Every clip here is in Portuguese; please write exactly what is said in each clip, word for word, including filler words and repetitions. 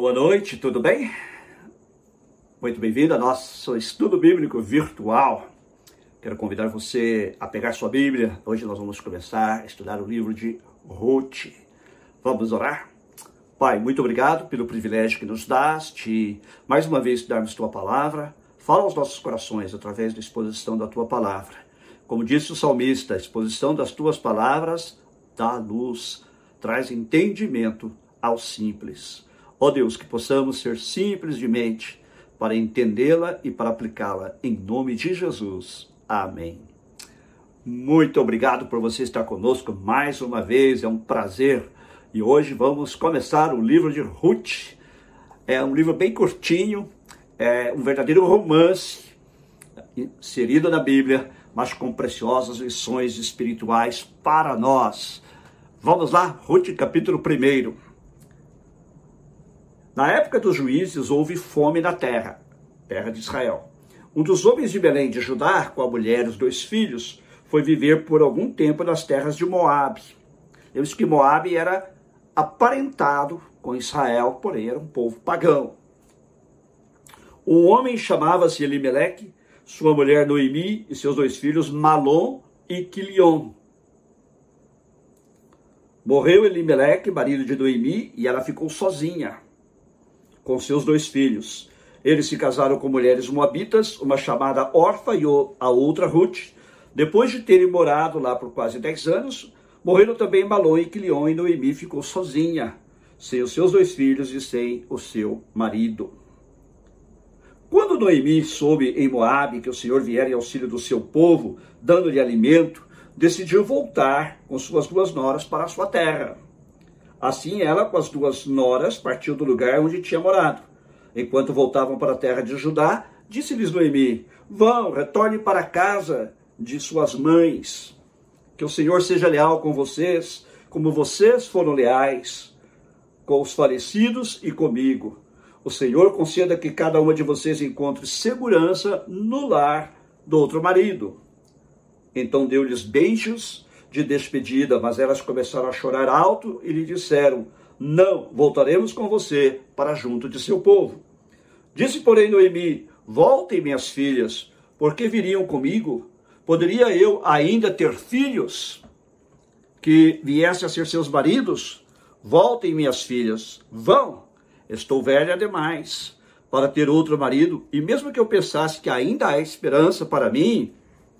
Boa noite, tudo bem? Muito bem-vindo ao nosso estudo bíblico virtual. Quero convidar você a pegar sua Bíblia. Hoje nós vamos começar a estudar o livro de Ruth. Vamos orar? Pai, muito obrigado pelo privilégio que nos dás de, mais uma vez, darmos Tua Palavra. Fala aos nossos corações através da exposição da Tua Palavra. Como disse o salmista, a exposição das Tuas Palavras dá luz, traz entendimento aos simples. Ó Deus, que possamos ser simples de mente para entendê-la e para aplicá-la. Em nome de Jesus. Amém. Muito obrigado por você estar conosco mais uma vez. É um prazer. E hoje vamos começar o livro de Ruth. É um livro bem curtinho, é um verdadeiro romance inserido na Bíblia, mas com preciosas lições espirituais para nós. Vamos lá, Ruth, capítulo primeiro. Na época dos juízes houve fome na terra, terra de Israel. Um dos homens de Belém de Judá, com a mulher e os dois filhos, foi viver por algum tempo nas terras de Moabe. Eu disse que Moabe era aparentado com Israel, porém era um povo pagão. Um homem chamava-se Elimeleque, sua mulher Noemi e seus dois filhos Malom e Quilion. Morreu Elimeleque, marido de Noemi, e ela ficou sozinha com seus dois filhos. Eles se casaram com mulheres moabitas, uma chamada Orfa e a outra Ruth. Depois de terem morado lá por quase dez anos, morreram também Malom e Quilion, e Noemi ficou sozinha, sem os seus dois filhos e sem o seu marido. Quando Noemi soube em Moabe que o Senhor viera em auxílio do seu povo, dando-lhe alimento, decidiu voltar com suas duas noras para a sua terra. Assim ela, com as duas noras, partiu do lugar onde tinha morado. Enquanto voltavam para a terra de Judá, disse-lhes Noemi: vão, retornem para a casa de suas mães. Que o Senhor seja leal com vocês, como vocês foram leais com os falecidos e comigo. O Senhor conceda que cada uma de vocês encontre segurança no lar do outro marido. Então deu-lhes beijos de despedida, mas elas começaram a chorar alto e lhe disseram: não, voltaremos com você para junto de seu povo. Disse, porém, Noemi: voltem, minhas filhas, porque viriam comigo? Poderia eu ainda ter filhos que viessem a ser seus maridos? Voltem, minhas filhas, vão. Estou velha demais para ter outro marido, e mesmo que eu pensasse que ainda há esperança para mim,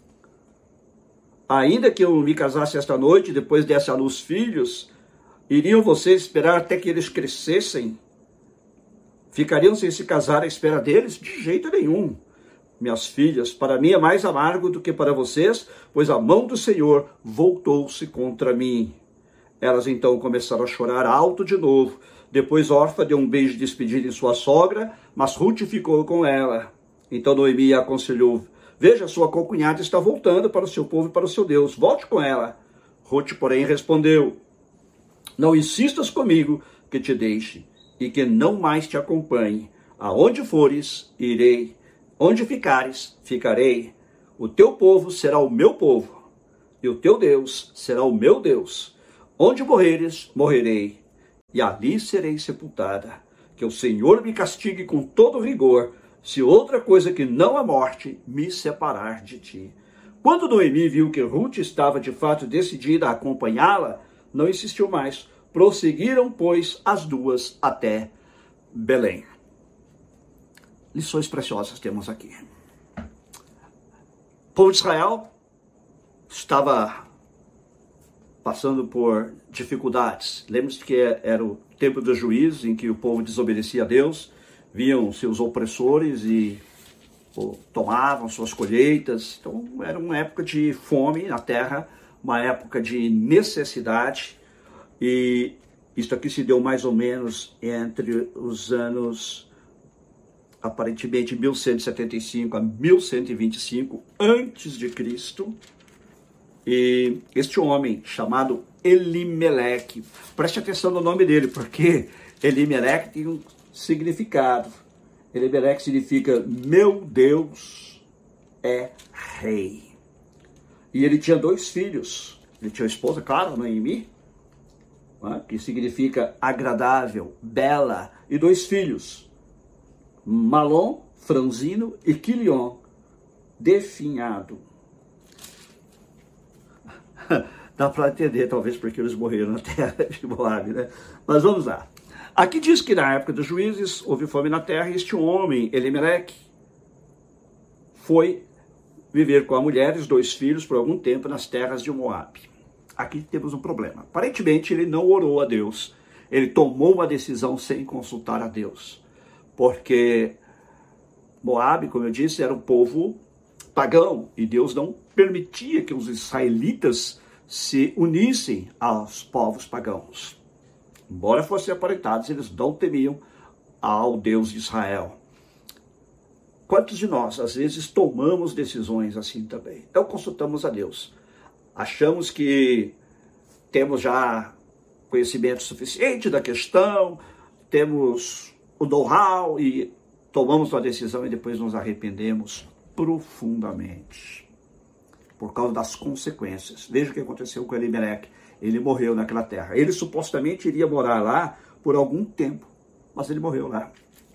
ainda que eu me casasse esta noite e depois desse à luz filhos, iriam vocês esperar até que eles crescessem? Ficariam sem se casar à espera deles? De jeito nenhum. Minhas filhas, para mim é mais amargo do que para vocês, pois a mão do Senhor voltou-se contra mim. Elas então começaram a chorar alto de novo. Depois Orfa deu um beijo de despedida em sua sogra, mas Ruth ficou com ela. Então Noemi a aconselhou: veja, sua concunhada está voltando para o seu povo e para o seu Deus. Volte com ela. Ruth, porém, respondeu: não insistas comigo que te deixe e que não mais te acompanhe. Aonde fores, irei. Onde ficares, ficarei. O teu povo será o meu povo e o teu Deus será o meu Deus. Onde morreres, morrerei, e ali serei sepultada. Que o Senhor me castigue com todo rigor, se outra coisa que não a morte me separar de ti. Quando Noemi viu que Ruth estava de fato decidida a acompanhá-la, não insistiu mais. Prosseguiram, pois, as duas até Belém. Lições preciosas temos aqui. O povo de Israel estava passando por dificuldades. Lembre-se que era o tempo dos juízes, em que o povo desobedecia a Deus, viam seus opressores e pô, tomavam suas colheitas. Então era uma época de fome na terra, uma época de necessidade, e isso aqui se deu mais ou menos entre os anos, aparentemente, mil cento e setenta e cinco a mil cento e vinte e cinco antes de Cristo. E este homem chamado Elimeleque, preste atenção no nome dele, porque Elimeleque tem um significado. Elimeleque significa meu Deus é rei. E ele tinha dois filhos. Ele tinha uma esposa, claro, Noemi, né, que significa agradável, bela, e dois filhos, Malom, franzino, e Quilion, definhado. Dá para entender, talvez, porque eles morreram na terra de Moabe, né? Mas vamos lá. Aqui diz que na época dos juízes houve fome na terra e este homem, Elimeleque, foi viver com a mulher e os dois filhos por algum tempo nas terras de Moabe. Aqui temos um problema. Aparentemente ele não orou a Deus. Ele tomou uma decisão sem consultar a Deus. Porque Moabe, como eu disse, era um povo pagão e Deus não permitia que os israelitas se unissem aos povos pagãos. Embora fossem aparentados, eles não temiam ao Deus de Israel. Quantos de nós, às vezes, tomamos decisões assim também? Não consultamos a Deus. Achamos que temos já conhecimento suficiente da questão, temos o know-how e tomamos uma decisão e depois nos arrependemos profundamente por causa das consequências. Veja o que aconteceu com Elimeleque. Ele morreu naquela terra. Ele supostamente iria morar lá por algum tempo, mas ele morreu lá.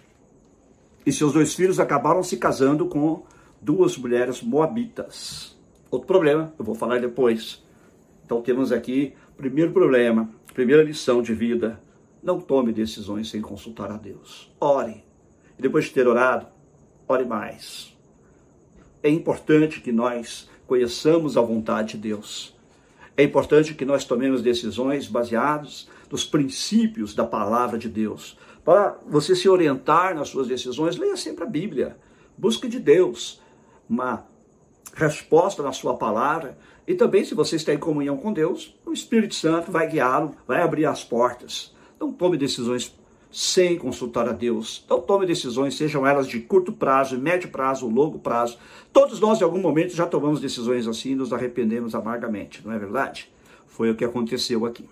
E seus dois filhos acabaram se casando com duas mulheres moabitas. Outro problema, eu vou falar depois. Então temos aqui o primeiro problema, primeira lição de vida. Não tome decisões sem consultar a Deus. Ore. E depois de ter orado, ore mais. É importante que nós conheçamos a vontade de Deus. É importante que nós tomemos decisões baseadas nos princípios da palavra de Deus. Para você se orientar nas suas decisões, leia sempre a Bíblia. Busque de Deus uma resposta na sua palavra. E também, se você está em comunhão com Deus, o Espírito Santo vai guiá-lo, vai abrir as portas. Não tome decisões sem consultar a Deus. Não tome decisões, sejam elas de curto prazo, médio prazo, longo prazo. Todos nós, em algum momento, já tomamos decisões assim e nos arrependemos amargamente, não é verdade? Foi o que aconteceu aqui.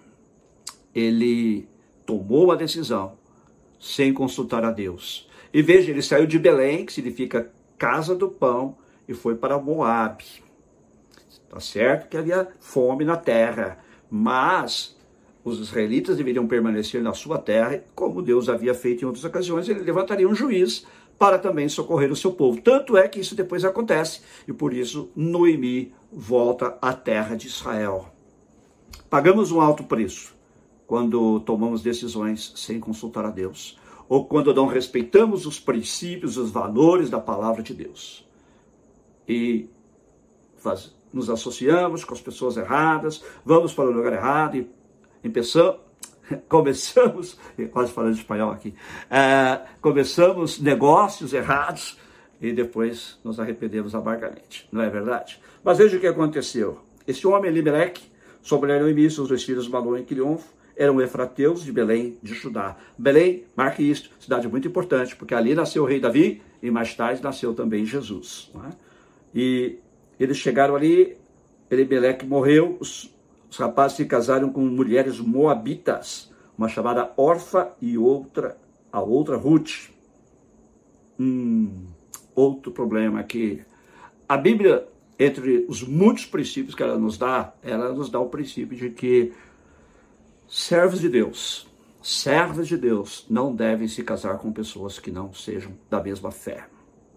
Ele tomou a decisão sem consultar a Deus. E veja, ele saiu de Belém, que significa casa do pão, e foi para Moabe. Tá certo que havia fome na terra, mas os israelitas deveriam permanecer na sua terra, como Deus havia feito em outras ocasiões, ele levantaria um juiz para também socorrer o seu povo. Tanto é que isso depois acontece, e por isso Noemi volta à terra de Israel. Pagamos um alto preço quando tomamos decisões sem consultar a Deus, ou quando não respeitamos os princípios, os valores da palavra de Deus. E faz, nos associamos com as pessoas erradas, vamos para o lugar errado e Empezamos, começamos, quase falando espanhol aqui, é, começamos negócios errados e depois nos arrependemos amargamente, não é verdade? Mas veja o que aconteceu. Esse homem, Elimeleque, sua mulher Noemi, seus dois filhos, Malom e Quilion, eram efrateus de Belém, de Judá. Belém, marque isto, cidade muito importante, porque ali nasceu o rei Davi e mais tarde nasceu também Jesus. Não é? E eles chegaram ali, Elimeleque morreu, os Os rapazes se casaram com mulheres moabitas, uma chamada Orfa e outra, a outra Ruth. Hum, outro problema aqui. A Bíblia, entre os muitos princípios que ela nos dá, ela nos dá o princípio de que servos de Deus, servos de Deus, não devem se casar com pessoas que não sejam da mesma fé.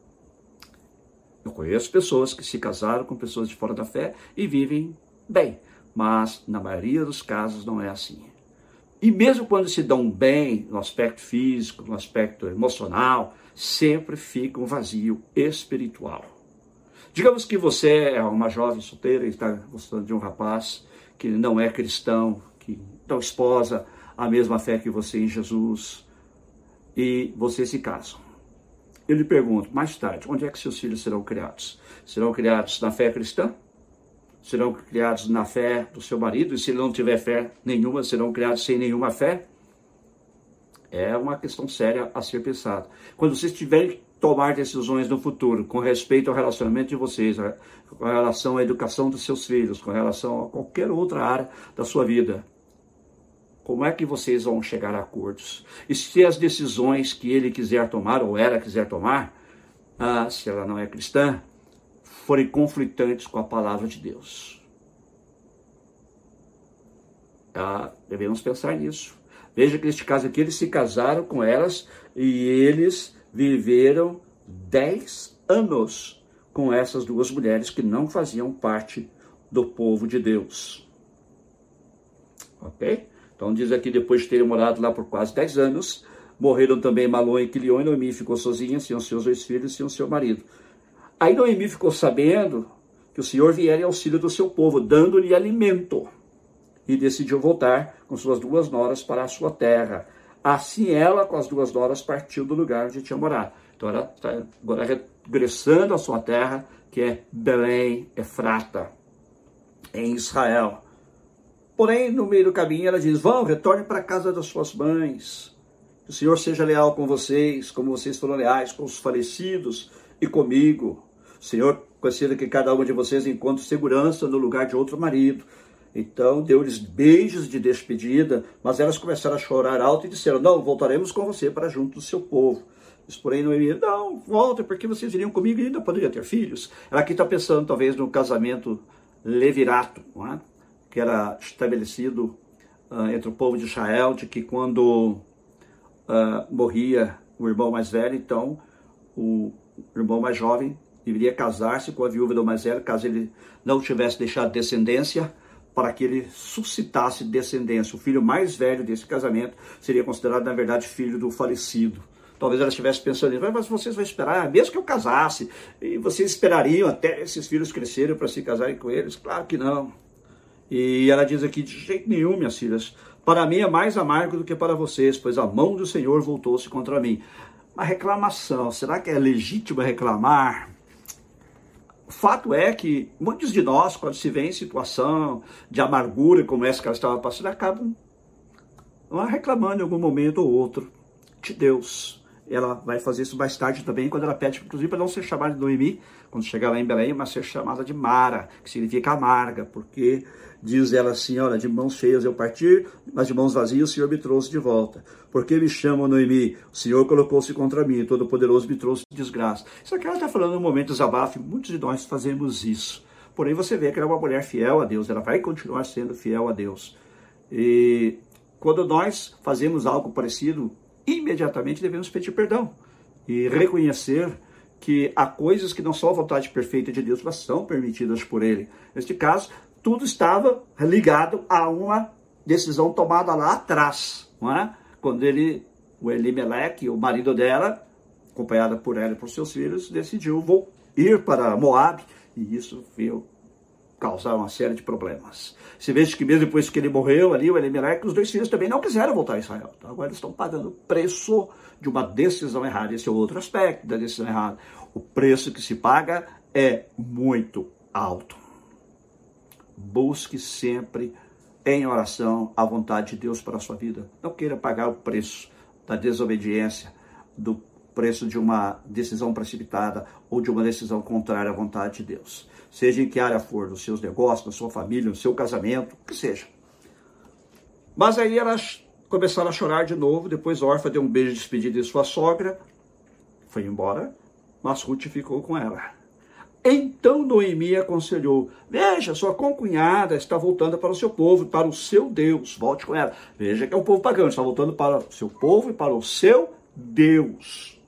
Eu conheço pessoas que se casaram com pessoas de fora da fé e vivem bem. Mas, na maioria dos casos, não é assim. E mesmo quando se dão bem no aspecto físico, no aspecto emocional, sempre fica um vazio espiritual. Digamos que você é uma jovem solteira e está gostando de um rapaz que não é cristão, que não esposa a mesma fé que você em Jesus, e vocês se casam. Eu lhe pergunto, mais tarde, onde é que seus filhos serão criados? Serão criados na fé cristã? Serão criados na fé do seu marido, e se ele não tiver fé nenhuma, serão criados sem nenhuma fé? É uma questão séria a ser pensada. Quando vocês tiverem que tomar decisões no futuro, com respeito ao relacionamento de vocês, com relação à educação dos seus filhos, com relação a qualquer outra área da sua vida, como é que vocês vão chegar a acordos? E se as decisões que ele quiser tomar, ou ela quiser tomar, ah, se ela não é cristã, forem conflitantes com a palavra de Deus, Tá? Devemos pensar nisso. Veja que neste caso aqui eles se casaram com elas e eles viveram dez anos com essas duas mulheres que não faziam parte do povo de Deus. Ok? Então diz aqui, depois de terem morado lá por quase dez anos, morreram também Malom e Quilion, e Noemi ficou sozinha, sem os seus dois filhos e sem o seu marido. Aí Noemi ficou sabendo que o Senhor viera em auxílio do seu povo, dando-lhe alimento, e decidiu voltar com suas duas noras para a sua terra. Assim ela, com as duas noras, partiu do lugar onde tinha morado. Então ela está agora regressando à sua terra, que é Belém Efrata, em Israel. Porém, no meio do caminho, ela diz, vão, retornem para a casa das suas mães. Que o Senhor seja leal com vocês, como vocês foram leais com os falecidos e comigo. O Senhor conceda que cada uma de vocês encontre segurança no lugar de outro marido. Então, deu-lhes beijos de despedida, mas elas começaram a chorar alto e disseram, não, voltaremos com você para junto do seu povo. Mas, porém, Noemi, não, volta, porque vocês iriam comigo e ainda poderiam ter filhos. Ela aqui está pensando, talvez, no casamento levirato, não é? Que era estabelecido uh, entre o povo de Israel, de que quando uh, morria o irmão mais velho, então o irmão mais jovem deveria casar-se com a viúva do mais velho, caso ele não tivesse deixado descendência, para que ele suscitasse descendência. O filho mais velho desse casamento seria considerado, na verdade, filho do falecido. Talvez ela estivesse pensando, mas vocês vão esperar, mesmo que eu casasse, e vocês esperariam até esses filhos crescerem para se casarem com eles? Claro que não. E ela diz aqui, de jeito nenhum, minhas filhas, para mim é mais amargo do que para vocês, pois a mão do Senhor voltou-se contra mim. Uma reclamação, será que é legítimo reclamar? O fato é que muitos de nós, quando se vê em situação de amargura como essa que ela estava passando, acabam reclamando em algum momento ou outro de Deus. Ela vai fazer isso mais tarde também, quando ela pede, inclusive, para não ser chamada de Noemi, quando chegar lá em Belém, mas ser chamada de Mara, que significa amarga, porque diz ela assim, olha, de mãos cheias eu parti, mas de mãos vazias o Senhor me trouxe de volta. Porque me chamam Noemi? O Senhor colocou-se contra mim, Todo-Poderoso me trouxe desgraça. Isso aqui ela está falando no momento de desabafo, muitos de nós fazemos isso. Porém, você vê que ela é uma mulher fiel a Deus, ela vai continuar sendo fiel a Deus. E quando nós fazemos algo parecido, imediatamente devemos pedir perdão e reconhecer que há coisas que não são a vontade perfeita de Deus, mas são permitidas por Ele. Neste caso, tudo estava ligado a uma decisão tomada lá atrás, não é? Quando ele, o Elimeleque, o marido dela, acompanhada por ela e por seus filhos, decidiu vou ir para Moab, e isso veio causar uma série de problemas. Se veja que mesmo depois que ele morreu ali, o Elimeleque, os dois filhos também não quiseram voltar a Israel. Então agora eles estão pagando o preço de uma decisão errada. Esse é outro aspecto da decisão errada. O preço que se paga é muito alto. Busque sempre em oração a vontade de Deus para a sua vida. Não queira pagar o preço da desobediência, do preço de uma decisão precipitada ou de uma decisão contrária à vontade de Deus. Seja em que área for, nos seus negócios, na sua família, no seu casamento, o que seja. Mas aí elas começaram a chorar de novo, depois Orfa deu um beijo de despedida de sua sogra, foi embora, mas Ruth ficou com ela. Então Noemi aconselhou, veja, sua concunhada está voltando para o seu povo, para o seu Deus, volte com ela. Veja que é um povo pagão, está voltando para o seu povo e para o seu Deus.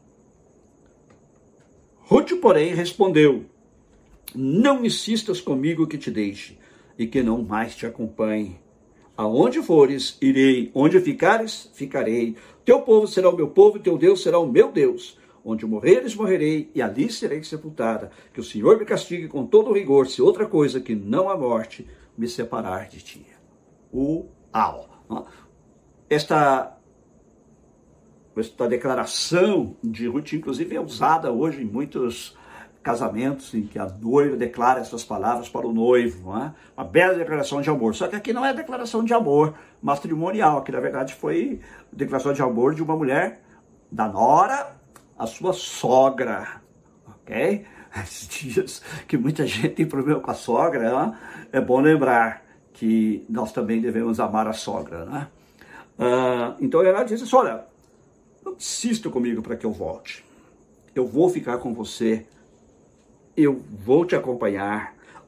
Ruth, porém, respondeu, não insistas comigo que te deixe e que não mais te acompanhe. Aonde fores, irei. Onde ficares, ficarei. Teu povo será o meu povo e teu Deus será o meu Deus. Onde morreres, morrerei e ali serei sepultada. Que o Senhor me castigue com todo o rigor, se outra coisa que não a morte me separar de ti. Uau! Esta, esta declaração de Ruth, inclusive, é usada hoje em muitos casamentos em que a noiva declara essas palavras para o noivo, não é? Uma bela declaração de amor. Só que aqui não é declaração de amor matrimonial, que na verdade foi declaração de amor de uma mulher, da nora, a sua sogra, ok? Esses dias que muita gente tem problema com a sogra, não é? É bom lembrar que nós também devemos amar a sogra, né? Uh, então ela disse assim, olha, não insista comigo para que eu volte. Eu vou ficar com você. Eu vou te acompanhar.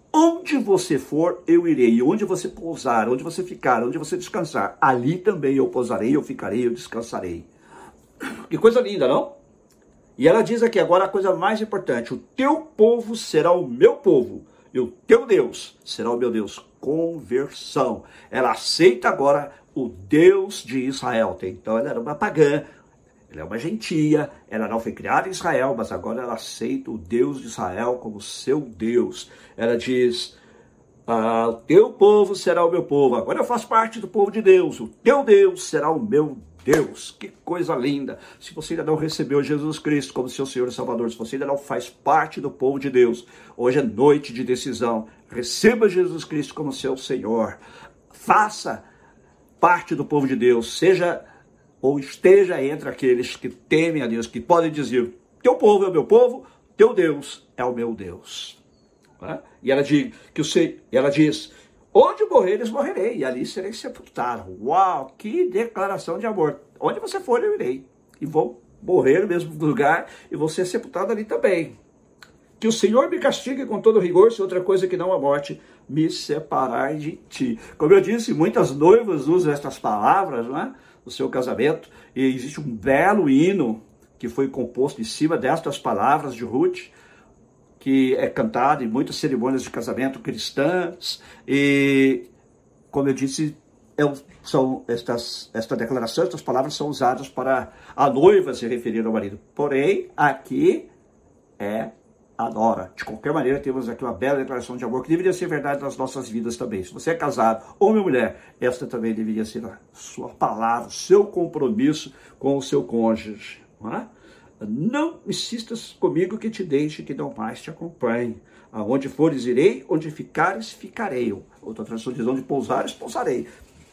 onde você for, eu irei. E onde você pousar, onde você ficar, onde você descansar, ali também eu pousarei, eu ficarei, eu descansarei. Que coisa linda, não? E ela diz aqui agora a coisa mais importante: o teu povo será o meu povo, e o teu Deus será o meu Deus. Conversão. Ela aceita agora o Deus de Israel. Então ela era uma pagã, ela é uma gentia, ela não foi criada em Israel, mas agora ela aceita o Deus de Israel como seu Deus. Ela diz: ah, o teu povo será o meu povo, agora eu faço parte do povo de Deus, o teu Deus será o meu Deus. Que coisa linda! Se você ainda não recebeu Jesus Cristo como seu Senhor e Salvador, se você ainda não faz parte do povo de Deus, hoje é noite de decisão. Receba Jesus Cristo como seu Senhor. Faça parte do povo de Deus, seja ou esteja entre aqueles que temem a Deus, que podem dizer: teu povo é o meu povo, teu Deus é o meu Deus. E ela diz, que o sei, ela diz: onde morreres, morrerei, e ali serei sepultado. Uau, que declaração de amor. Onde você for, eu irei. E vou morrer no mesmo lugar, e vou ser sepultado ali também. Que o Senhor me castigue com todo rigor, se outra coisa que não a morte me separar de ti. Como eu disse, muitas noivas usam estas palavras, não é? No seu casamento, e existe um belo hino que foi composto em cima destas palavras de Ruth, que é cantado em muitas cerimônias de casamento cristãs, e, como eu disse, é, são estas, esta declaração, estas palavras são usadas para a noiva se referir ao marido. Porém, aqui é a nora. De qualquer maneira, temos aqui uma bela declaração de amor que deveria ser verdade nas nossas vidas também. Se você é casado, homem ou mulher, esta também deveria ser a sua palavra, o seu compromisso com o seu cônjuge, não é? Não insistas comigo que te deixe, que não mais te acompanhe. Aonde fores, irei, onde ficares, ficarei. Outra tradução diz: onde pousares, pousarei.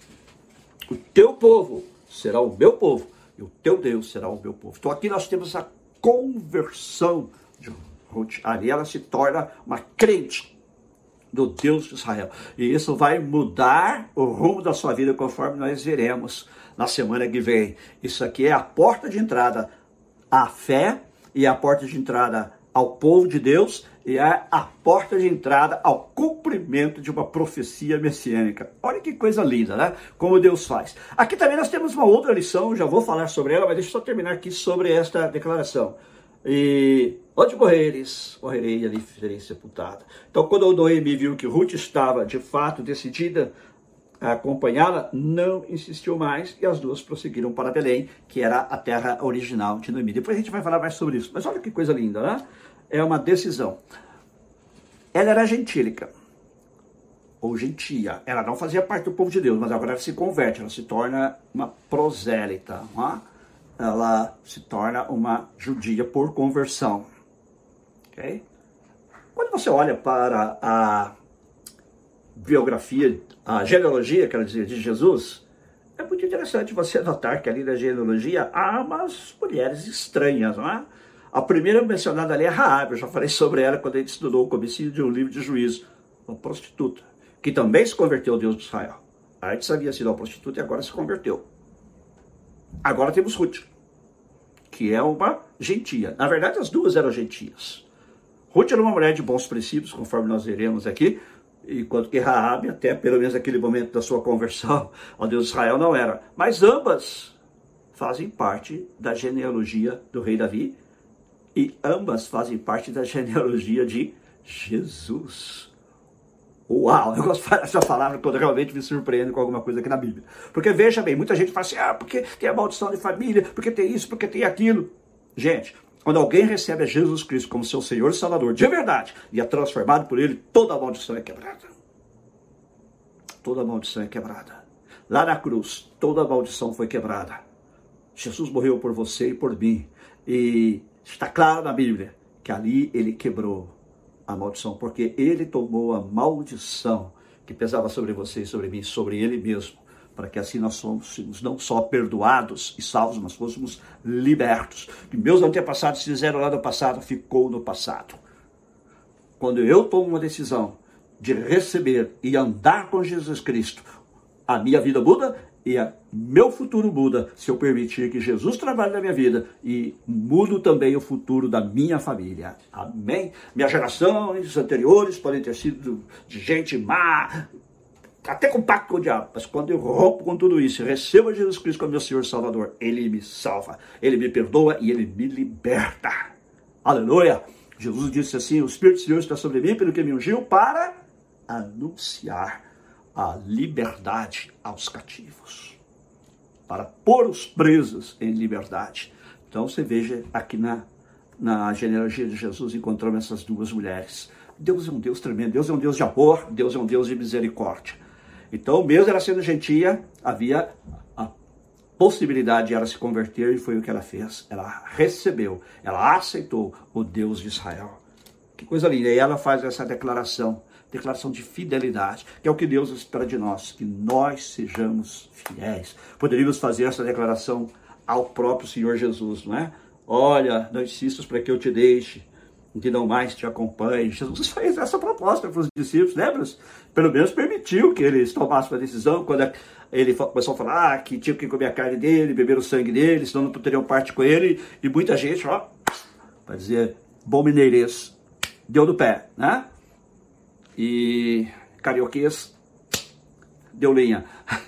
O teu povo será o meu povo, e o teu Deus será o meu povo. Então aqui nós temos a conversão de Ruth. Ali ela se torna uma crente do Deus de Israel. E isso vai mudar o rumo da sua vida, conforme nós veremos na semana que vem. Isso aqui é a porta de entrada à fé, e a porta de entrada ao povo de Deus, e é a porta de entrada ao cumprimento de uma profecia messiânica. Olha que coisa linda, né? Como Deus faz. Aqui também nós temos uma outra lição, já vou falar sobre ela, mas deixa eu só terminar aqui sobre esta declaração. E onde morreres, morrerei, e ali serei sepultada. Então, quando Noemi viu que Ruth estava de fato decidida a acompanhá-la, não insistiu mais, e as duas prosseguiram para Belém, que era a terra original de Noemi. Depois a gente vai falar mais sobre isso. Mas olha que coisa linda, né? É uma decisão. Ela era gentílica, ou gentia. Ela não fazia parte do povo de Deus, mas agora ela se converte, ela se torna uma prosélita, não é? Ela se torna uma judia por conversão. Ok? Quando você olha para a biografia, a genealogia, quero dizer, de Jesus, é muito interessante você notar que ali na genealogia há umas mulheres estranhas, não é? A primeira mencionada ali é Raabe, eu já falei sobre ela quando a gente estudou o comecinho de um livro de Juízo, uma prostituta, que também se converteu ao Deus de Israel. Antes havia sido uma prostituta e agora se converteu. Agora temos Ruth, que é uma gentia. Na verdade, as duas eram gentias. Ruth era uma mulher de bons princípios, conforme nós veremos aqui, enquanto que Raabe, até pelo menos naquele momento da sua conversão ao Deus de Israel, não era. Mas ambas fazem parte da genealogia do rei Davi, e ambas fazem parte da genealogia de Jesus. Uau, eu gosto dessa palavra quando realmente me surpreendo com alguma coisa aqui na Bíblia. Porque veja bem, muita gente fala assim: ah, porque tem a maldição de família, porque tem isso, porque tem aquilo. Gente, quando alguém recebe a Jesus Cristo como seu Senhor e Salvador de verdade, e é transformado por Ele, toda a maldição é quebrada. Toda a maldição é quebrada. Lá na cruz, toda a maldição foi quebrada. Jesus morreu por você e por mim. E está claro na Bíblia que ali Ele quebrou a maldição, porque Ele tomou a maldição que pesava sobre você e sobre mim, sobre Ele mesmo, para que assim nós fôssemos não só perdoados e salvos, mas fôssemos libertos. O que meus antepassados fizeram lá no passado, ficou no passado. Quando eu tomo uma decisão de receber e andar com Jesus Cristo, a minha vida muda E a, meu futuro muda se eu permitir que Jesus trabalhe na minha vida e mudo também o futuro da minha família. Amém? Minhas gerações anteriores podem ter sido de gente má, até com pacto com o diabo, mas quando eu rompo com tudo isso, recebo Jesus Cristo como meu Senhor e Salvador, Ele me salva, Ele me perdoa e Ele me liberta. Aleluia! Jesus disse assim, o Espírito do Senhor está sobre mim, pelo que me ungiu, para anunciar a liberdade aos cativos, para pôr os presos em liberdade. Então você veja aqui na, na genealogia de Jesus, encontramos essas duas mulheres. Deus é um Deus tremendo, Deus é um Deus de amor, Deus é um Deus de misericórdia. Então, mesmo ela sendo gentia, havia a possibilidade de ela se converter e foi o que ela fez. Ela recebeu, ela aceitou o Deus de Israel. Que coisa linda. E ela faz essa declaração, declaração de fidelidade, que é o que Deus espera de nós, que nós sejamos fiéis. Poderíamos fazer essa declaração ao próprio Senhor Jesus, não é? Olha, não insistas para que eu te deixe, que não mais te acompanhe. Jesus fez essa proposta para os discípulos, lembra? Pelo menos permitiu que eles tomassem uma decisão, quando ele começou a falar que tinham que comer a carne dele, beber o sangue dele, senão não poderiam parte com ele, e muita gente, ó, para dizer bom mineirês, deu do pé, né? E carioquês deu lenha.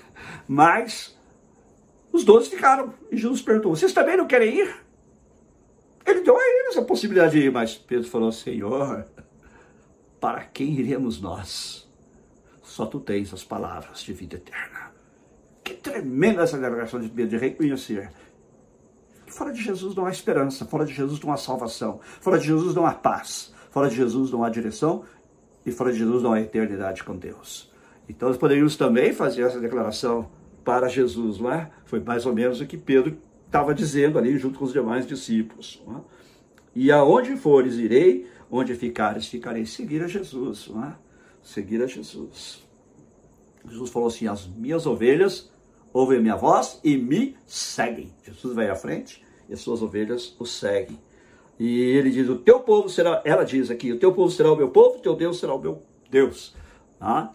Mas os doze ficaram, e Jesus perguntou, vocês também não querem ir? Ele deu a eles a possibilidade de ir, mas Pedro falou, Senhor, para quem iremos nós? Só tu tens as palavras de vida eterna. Que tremenda essa declaração de Pedro, de reconhecer que fora de Jesus não há esperança, fora de Jesus não há salvação, fora de Jesus não há paz, fora de Jesus não há direção e fora de Jesus não há eternidade com Deus. Então nós poderíamos também fazer essa declaração para Jesus, não é? Foi mais ou menos o que Pedro estava dizendo ali junto com os demais discípulos. Não é? E aonde fores irei, onde ficares ficarei. Seguir a Jesus, não é? Seguir a Jesus. Jesus falou assim, as minhas ovelhas ouvem a minha voz e me seguem. Jesus vai à frente e as suas ovelhas o seguem. E ele diz, o teu povo será, ela diz aqui, o teu povo será o meu povo, o teu Deus será o meu Deus. Ah?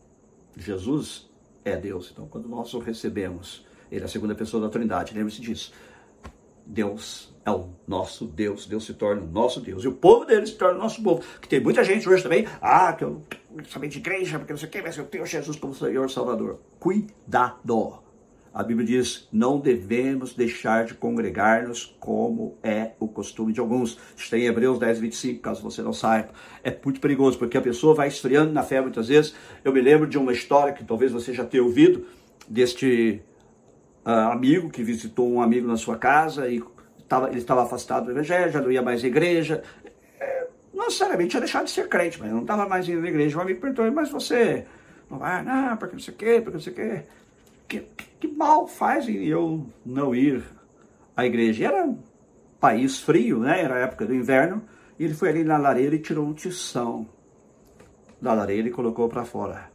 Jesus é Deus. Então quando nós o recebemos, ele é a segunda pessoa da Trindade, lembre-se disso. Deus é o nosso Deus, Deus se torna o nosso Deus. E o povo dele se torna o nosso povo. Que tem muita gente hoje também, ah, que eu não sabia de igreja, porque não sei o que, mas eu tenho Jesus como Senhor e Salvador. Cuidado! A Bíblia diz, não devemos deixar de congregar-nos como é o costume de alguns. Está em Hebreus dez, vinte e cinco, caso você não saiba. É muito perigoso, porque a pessoa vai esfriando na fé muitas vezes. Eu me lembro de uma história que talvez você já tenha ouvido, deste Uh, amigo que visitou um amigo na sua casa e tava, ele estava afastado do evangelho, já não ia mais à igreja, é, não necessariamente tinha deixado de ser crente, mas não estava mais indo na igreja. O amigo perguntou, mas você não vai? Não, porque não sei o quê, porque não sei o quê. Que, que, que mal faz eu não ir à igreja? E era um país frio, né? Era a época do inverno, e ele foi ali na lareira e tirou um tição da lareira e colocou para fora.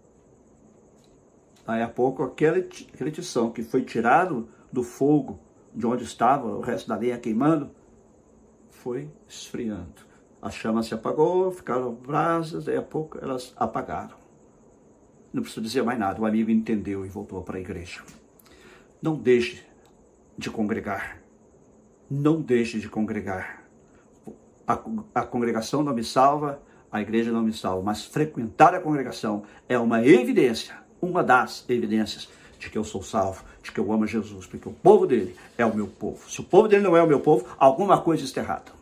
Daí a pouco, aquele, aquele tição que foi tirado do fogo de onde estava, o resto da lenha queimando, foi esfriando. A chama se apagou, ficaram brasas, daí a pouco elas apagaram. Não preciso dizer mais nada, o amigo entendeu e voltou para a igreja. Não deixe de congregar. Não deixe de congregar. A, a congregação não me salva, a igreja não me salva, mas frequentar a congregação é uma evidência, uma das evidências de que eu sou salvo, de que eu amo Jesus, porque o povo dele é o meu povo. Se o povo dele não é o meu povo, alguma coisa está errada.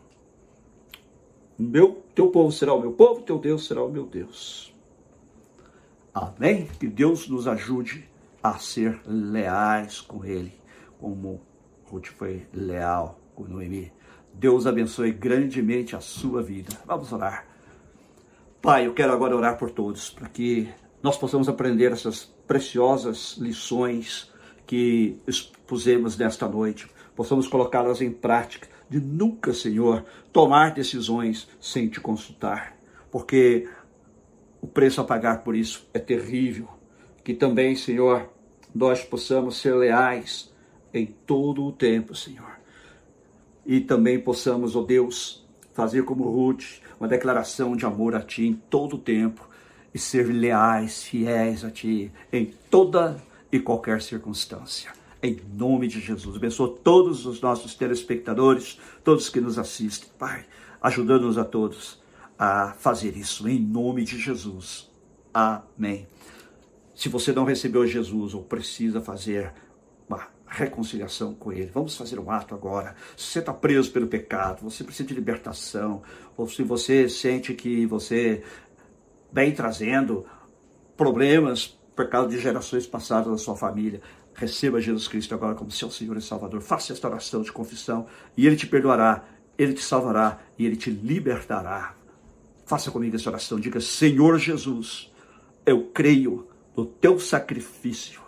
Meu, teu povo será o meu povo, teu Deus será o meu Deus. Amém? Que Deus nos ajude a ser leais com ele, como Ruth foi leal com Noemi. Deus abençoe grandemente a sua vida. Vamos orar. Pai, eu quero agora orar por todos, para que nós possamos aprender essas preciosas lições que expusemos nesta noite, possamos colocá-las em prática, de nunca, Senhor, tomar decisões sem te consultar, porque o preço a pagar por isso é terrível. Que também, Senhor, nós possamos ser leais em todo o tempo, Senhor, e também possamos, ó Deus, fazer como Ruth, uma declaração de amor a Ti em todo o tempo, e ser leais, fiéis a Ti, em toda e qualquer circunstância. Em nome de Jesus, abençoa todos os nossos telespectadores, todos que nos assistem, Pai, ajudando-nos a todos a fazer isso, em nome de Jesus. Amém. Se você não recebeu Jesus ou precisa fazer uma reconciliação com Ele, vamos fazer um ato agora. Se você está preso pelo pecado, você precisa de libertação, ou se você sente que você vem trazendo problemas por causa de gerações passadas da sua família, receba Jesus Cristo agora como seu Senhor e Salvador. Faça esta oração de confissão e Ele te perdoará, Ele te salvará e Ele te libertará. Faça comigo essa oração. Diga: Senhor Jesus, eu creio no teu sacrifício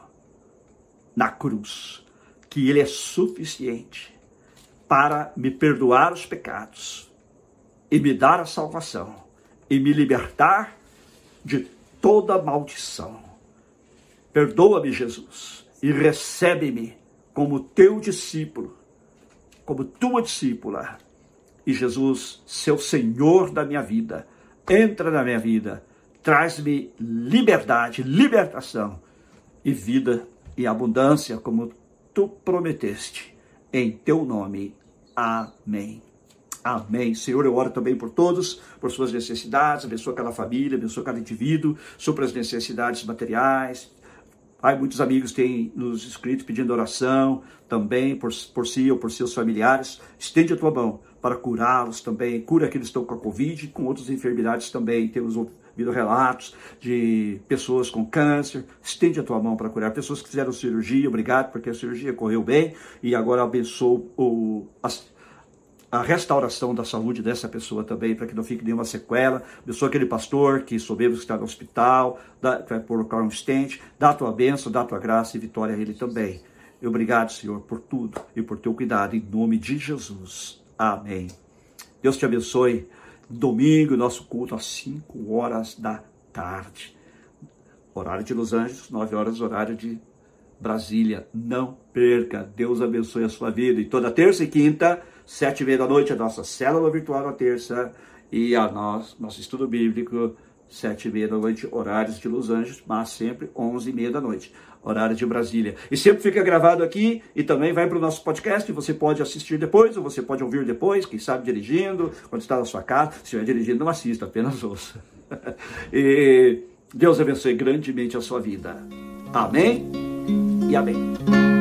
na cruz, que Ele é suficiente para me perdoar os pecados e me dar a salvação e me libertar de toda maldição. Perdoa-me, Jesus, e recebe-me como teu discípulo, como tua discípula. E Jesus, seu Senhor da minha vida, entra na minha vida, traz-me liberdade, libertação e vida e abundância, como tu prometeste, em teu nome. Amém. Amém. Senhor, eu oro também por todos, por suas necessidades, abençoa cada família, abençoa cada indivíduo, sobre as necessidades materiais. Pai, muitos amigos têm nos escrito pedindo oração também por, por si ou por seus familiares. Estende a tua mão para curá-los também. Cura aqueles que estão com a Covid e com outras enfermidades também. Temos ouvido relatos de pessoas com câncer. Estende a tua mão para curar. Pessoas que fizeram cirurgia, obrigado, porque a cirurgia correu bem e agora abençoa o... As, a restauração da saúde dessa pessoa também, para que não fique nenhuma sequela. Eu sou aquele pastor que soubemos que está no hospital, dá, vai colocar um stent, dá a tua bênção, dá a tua graça e vitória a ele também. E obrigado, Senhor, por tudo e por teu cuidado, em nome de Jesus. Amém. Deus te abençoe. Domingo, nosso culto às cinco horas da tarde. Horário de Los Angeles, nove horas, horário de Brasília. Não perca. Deus abençoe a sua vida. E toda terça e quinta, sete e meia da noite, a nossa célula virtual na terça e a nós, nosso estudo bíblico, sete e meia da noite, horários de Los Angeles, mas sempre onze e meia da noite, horário de Brasília. E sempre fica gravado aqui e também vai para o nosso podcast, você pode assistir depois ou você pode ouvir depois, quem sabe dirigindo, quando está na sua casa. Se estiver dirigindo, não assista, apenas ouça. E Deus abençoe grandemente a sua vida. Amém e amém.